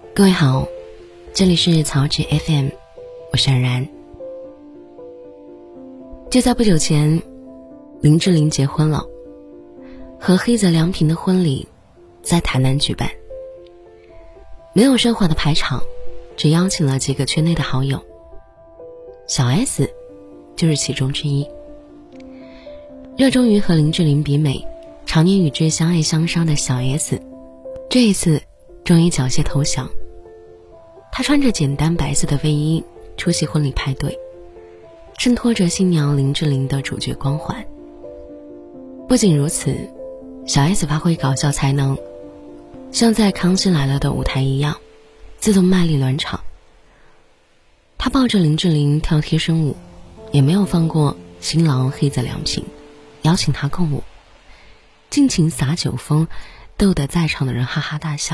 各位好，这里是草纸 FM， 我是冉然。就在不久前，林志玲结婚了，和黑泽良平的婚礼在台南举办，没有奢华的排场，只邀请了几个圈内的好友，小 S 就是其中之一。热衷于和林志玲比美，常年与之相爱相杀的小 S， 这一次终于缴械投降。她穿着简单白色的卫衣出席婚礼派对，衬托着新娘林志玲的主角光环。不仅如此，小 S 发挥搞笑才能，像在《康熙来了》的舞台一样，自动卖力暖场。她抱着林志玲跳贴身舞，也没有放过新郎黑泽良平，邀请他共舞，尽情撒酒疯，逗得在场的人哈哈大笑。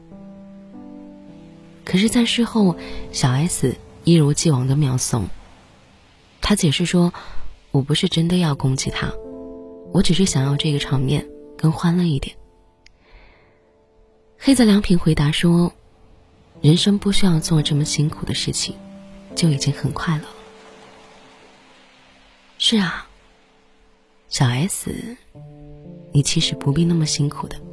可是在事后，小 S 一如既往的秒怂。她解释说，我不是真的要攻击他，我只是想要这个场面更欢乐一点。黑泽良平回答说，人生不需要做这么辛苦的事情，就已经很快乐了。是啊，小 S， 你其实不必那么辛苦的。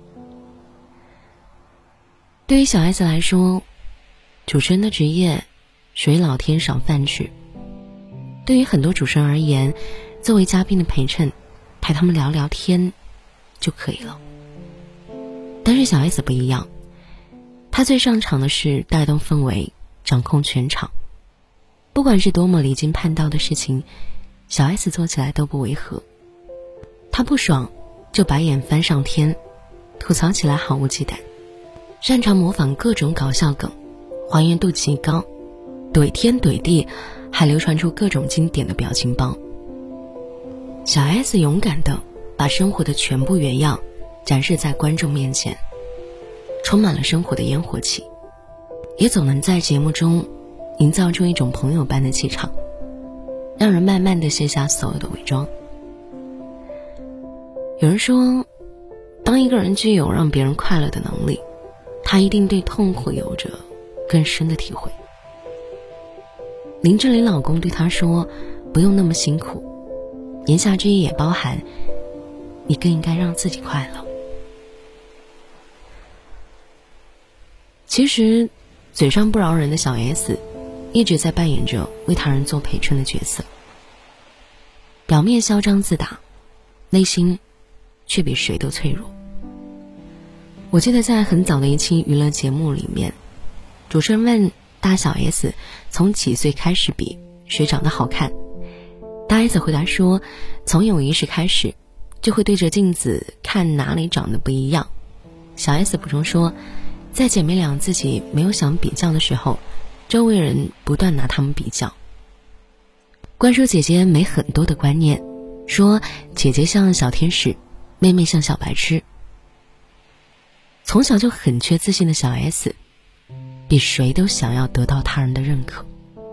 对于小 S 来说，主持人的职业属于老天赏饭吃。对于很多主持人而言，作为嘉宾的陪衬，陪他们聊聊天就可以了。但是小 S 不一样，她最擅长的是带动氛围，掌控全场。不管是多么离经叛道的事情，小 S 做起来都不违和。她不爽就白眼翻上天，吐槽起来毫无忌惮，擅长模仿各种搞笑梗，还原度极高，怼天怼地，还流传出各种经典的表情包。小 S 勇敢地把生活的全部原样展示在观众面前，充满了生活的烟火气，也总能在节目中营造出一种朋友般的气场，让人慢慢地卸下所有的伪装。有人说，当一个人具有让别人快乐的能力，他一定对痛苦有着更深的体会。林志玲老公对她说，不用那么辛苦，言下之意也包含你更应该让自己快乐。其实嘴上不饶人的小 S 一直在扮演着为他人做陪衬的角色，表面嚣张自大，内心却比谁都脆弱。我记得在很早的一期娱乐节目里面，主持人问大小 S 从几岁开始比谁长得好看，大 S 回答说，从有意识开始就会对着镜子看哪里长得不一样。小 S 补充说，在姐妹俩自己没有想比较的时候，周围人不断拿她们比较，灌输姐姐美很多的观念，说姐姐像小天使，妹妹像小白痴。从小就很缺自信的小 S 比谁都想要得到他人的认可。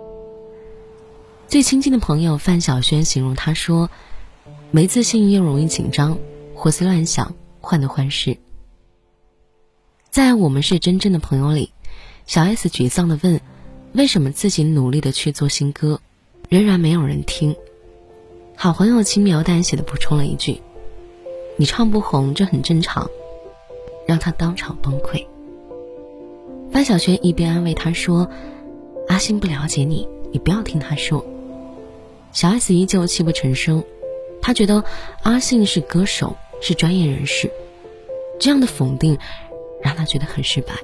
最亲近的朋友范晓萱形容她说，没自信又容易紧张，胡思乱想，患得患失。在我们是真正的朋友里，小 S 沮丧地问，为什么自己努力地去做新歌，仍然没有人听。好朋友轻描淡写地补充了一句，你唱不红这很正常，让他当场崩溃。范晓萱一边安慰他说，阿信不了解你，你不要听他说。小 S 依旧泣不成声，他觉得阿信是歌手，是专业人士，这样的否定让他觉得很失败。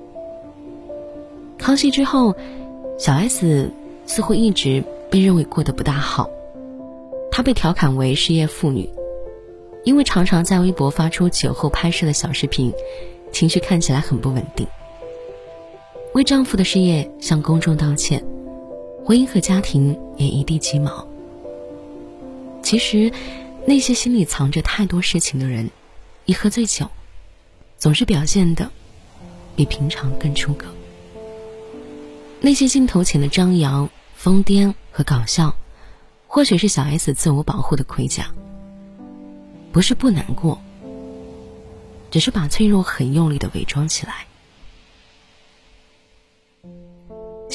康熙之后，小 S 似乎一直被认为过得不大好，她被调侃为失业妇女，因为常常在微博发出酒后拍摄的小视频，情绪看起来很不稳定。为丈夫的事业向公众道歉，婚姻和家庭也一地鸡毛。其实那些心里藏着太多事情的人，一喝醉酒总是表现得比平常更出格。那些镜头前的张扬、疯癫和搞笑，或许是小 S 自我保护的盔甲。不是不难过，只是把脆弱很用力地伪装起来。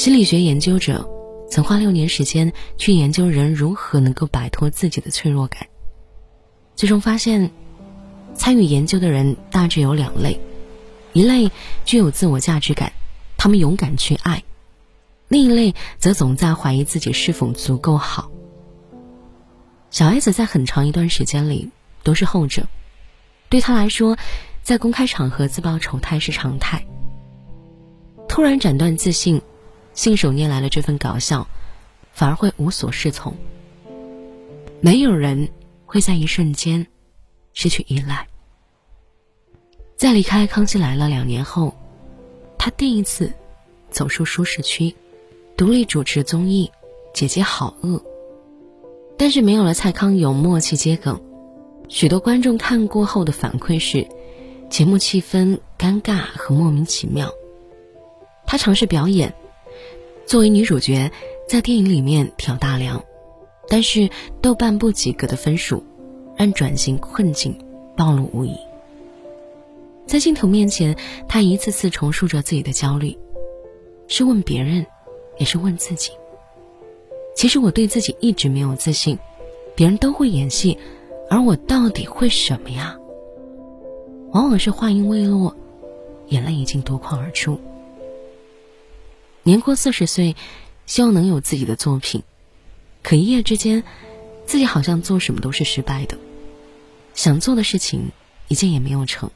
心理学研究者曾花6年时间去研究人如何能够摆脱自己的脆弱感，最终发现参与研究的人大致有2类，一类具有自我价值感，他们勇敢去爱，另一类则总在怀疑自己是否足够好。小 S 在很长一段时间里都是后者，对她来说，在公开场合自曝丑态是常态。突然斩断自信，信手拈来的这份搞笑反而会无所适从。没有人会在一瞬间失去依赖。在离开康熙来了2年后，他第一次走出舒适区，独立主持综艺《姐姐好饿》。但是没有了蔡康永默契接梗，许多观众看过后的反馈是节目气氛尴尬和莫名其妙。他尝试表演，作为女主角在电影里面挑大梁，但是豆瓣不及格的分数让转型困境暴露无遗。在镜头面前，他一次次重述着自己的焦虑，是问别人，也是问自己。其实我对自己一直没有自信，别人都会演戏，而我到底会什么呀？往往是话音未落，眼泪已经夺眶而出。年过40岁，希望能有自己的作品，可一夜之间，自己好像做什么都是失败的，想做的事情一件也没有成。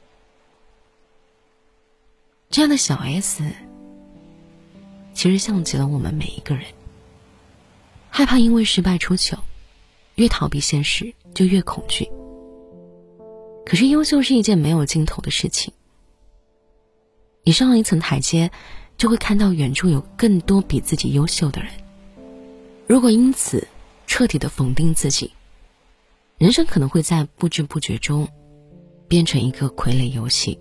这样的小 S 其实像极了我们每一个人，害怕因为失败出糗，越逃避现实就越恐惧。可是优秀是一件没有尽头的事情，你上了一层台阶，就会看到远处有更多比自己优秀的人。如果因此彻底的否定自己，人生可能会在不知不觉中变成一个傀儡游戏。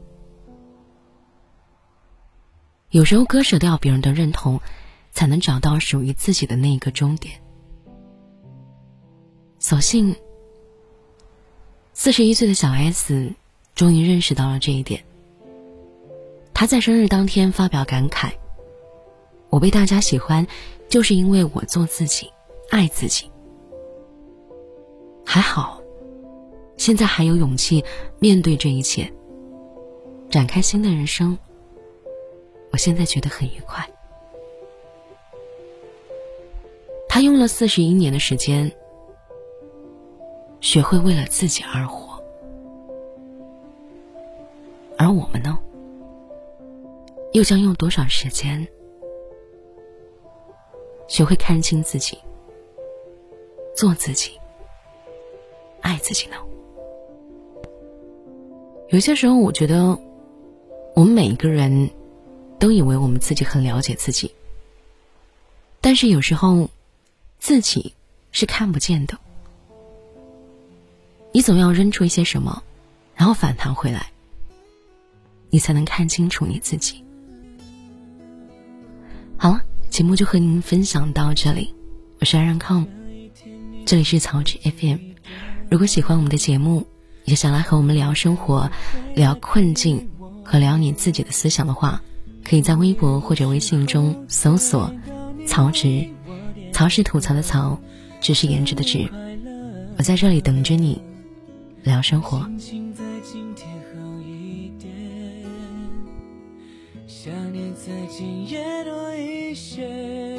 有时候割舍掉别人的认同，才能找到属于自己的那一个终点。所幸41岁的小 S 终于认识到了这一点。她在生日当天发表感慨，我被大家喜欢，就是因为我做自己，爱自己。还好，现在还有勇气面对这一切，展开新的人生。我现在觉得很愉快。他用了41年的时间，学会为了自己而活。而我们呢，又将用多少时间学会看清自己，做自己，爱自己呢？有些时候我觉得我们每一个人都以为我们自己很了解自己，但是有时候自己是看不见的。你总要扔出一些什么，然后反弹回来，你才能看清楚你自己。好了，节目就和您分享到这里，我是安然控，这里是草纸 FM。 如果喜欢我们的节目，也想来和我们聊生活，聊困境和聊你自己的思想的话，可以在微博或者微信中搜索曹植，曹是吐槽的曹，植是颜值的植。我在这里等着你聊生活。想念在今夜多一些，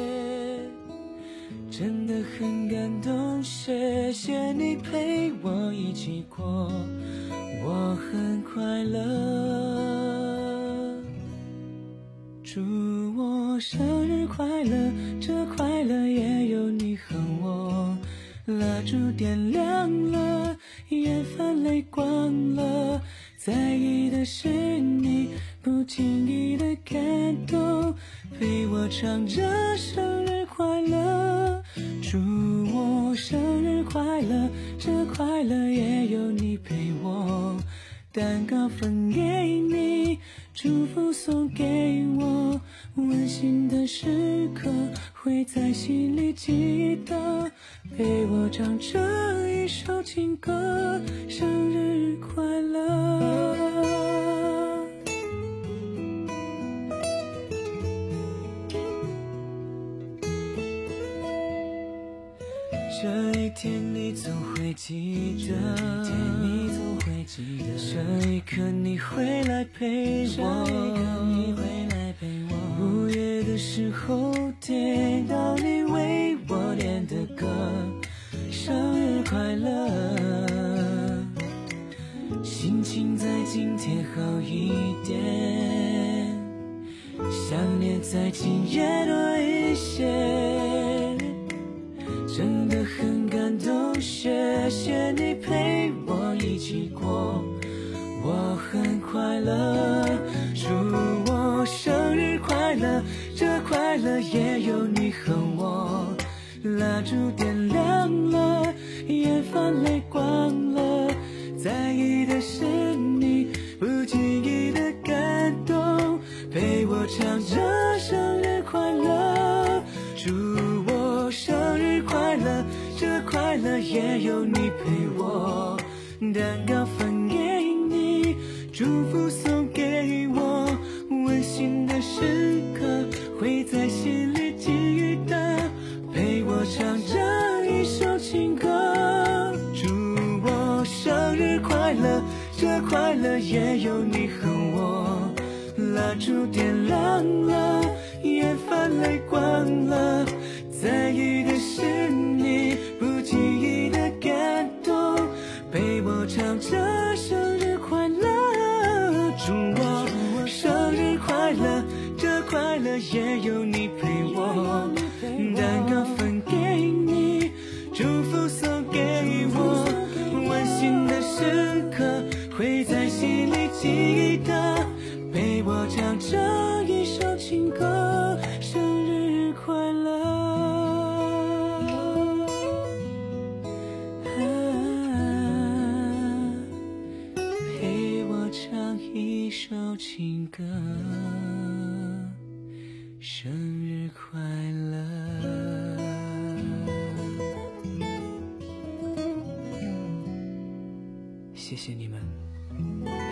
真的很感动，谢谢你陪我一起过，我很快乐。祝我生日快乐，这快乐也有你和我。蜡烛点亮了，眼泛泪光了，在意的是你不经意的感动，陪我唱着生日快乐。祝我生日快乐，这快乐也有你陪我。蛋糕分给你，祝福送给我，温馨的时刻会在心里记得，陪我唱这一首情歌，生日快乐。 天你总会记得，这一刻你会来陪我，午夜的时候听到你为我点的歌，生日快乐，心情在今天好一点，想念在今夜多一些，真的很感动，谢谢你陪我一起过，我很快乐，祝我生日快乐，这快乐也有你和我，蜡烛点亮了，眼泛泪光了，在意的是你不经意的感动，陪我唱着生日快乐，祝我生日快乐，这快乐也有你陪我，蛋糕分给你，祝福送给我，温馨的时刻会在心里记得，陪我唱着一首情歌，祝我生日快乐，这快乐也有你和我，蜡烛点亮了，眼泛泪光了，在意的是你不经意的感动，陪我唱着生日快乐，祝我生日快乐，这快乐也有你陪我，蛋糕分给你，祝福送给我，温馨的时刻会在心里记得，陪我唱这一首情歌，生日快乐，陪我唱一首情歌，生日快乐。谢谢你们。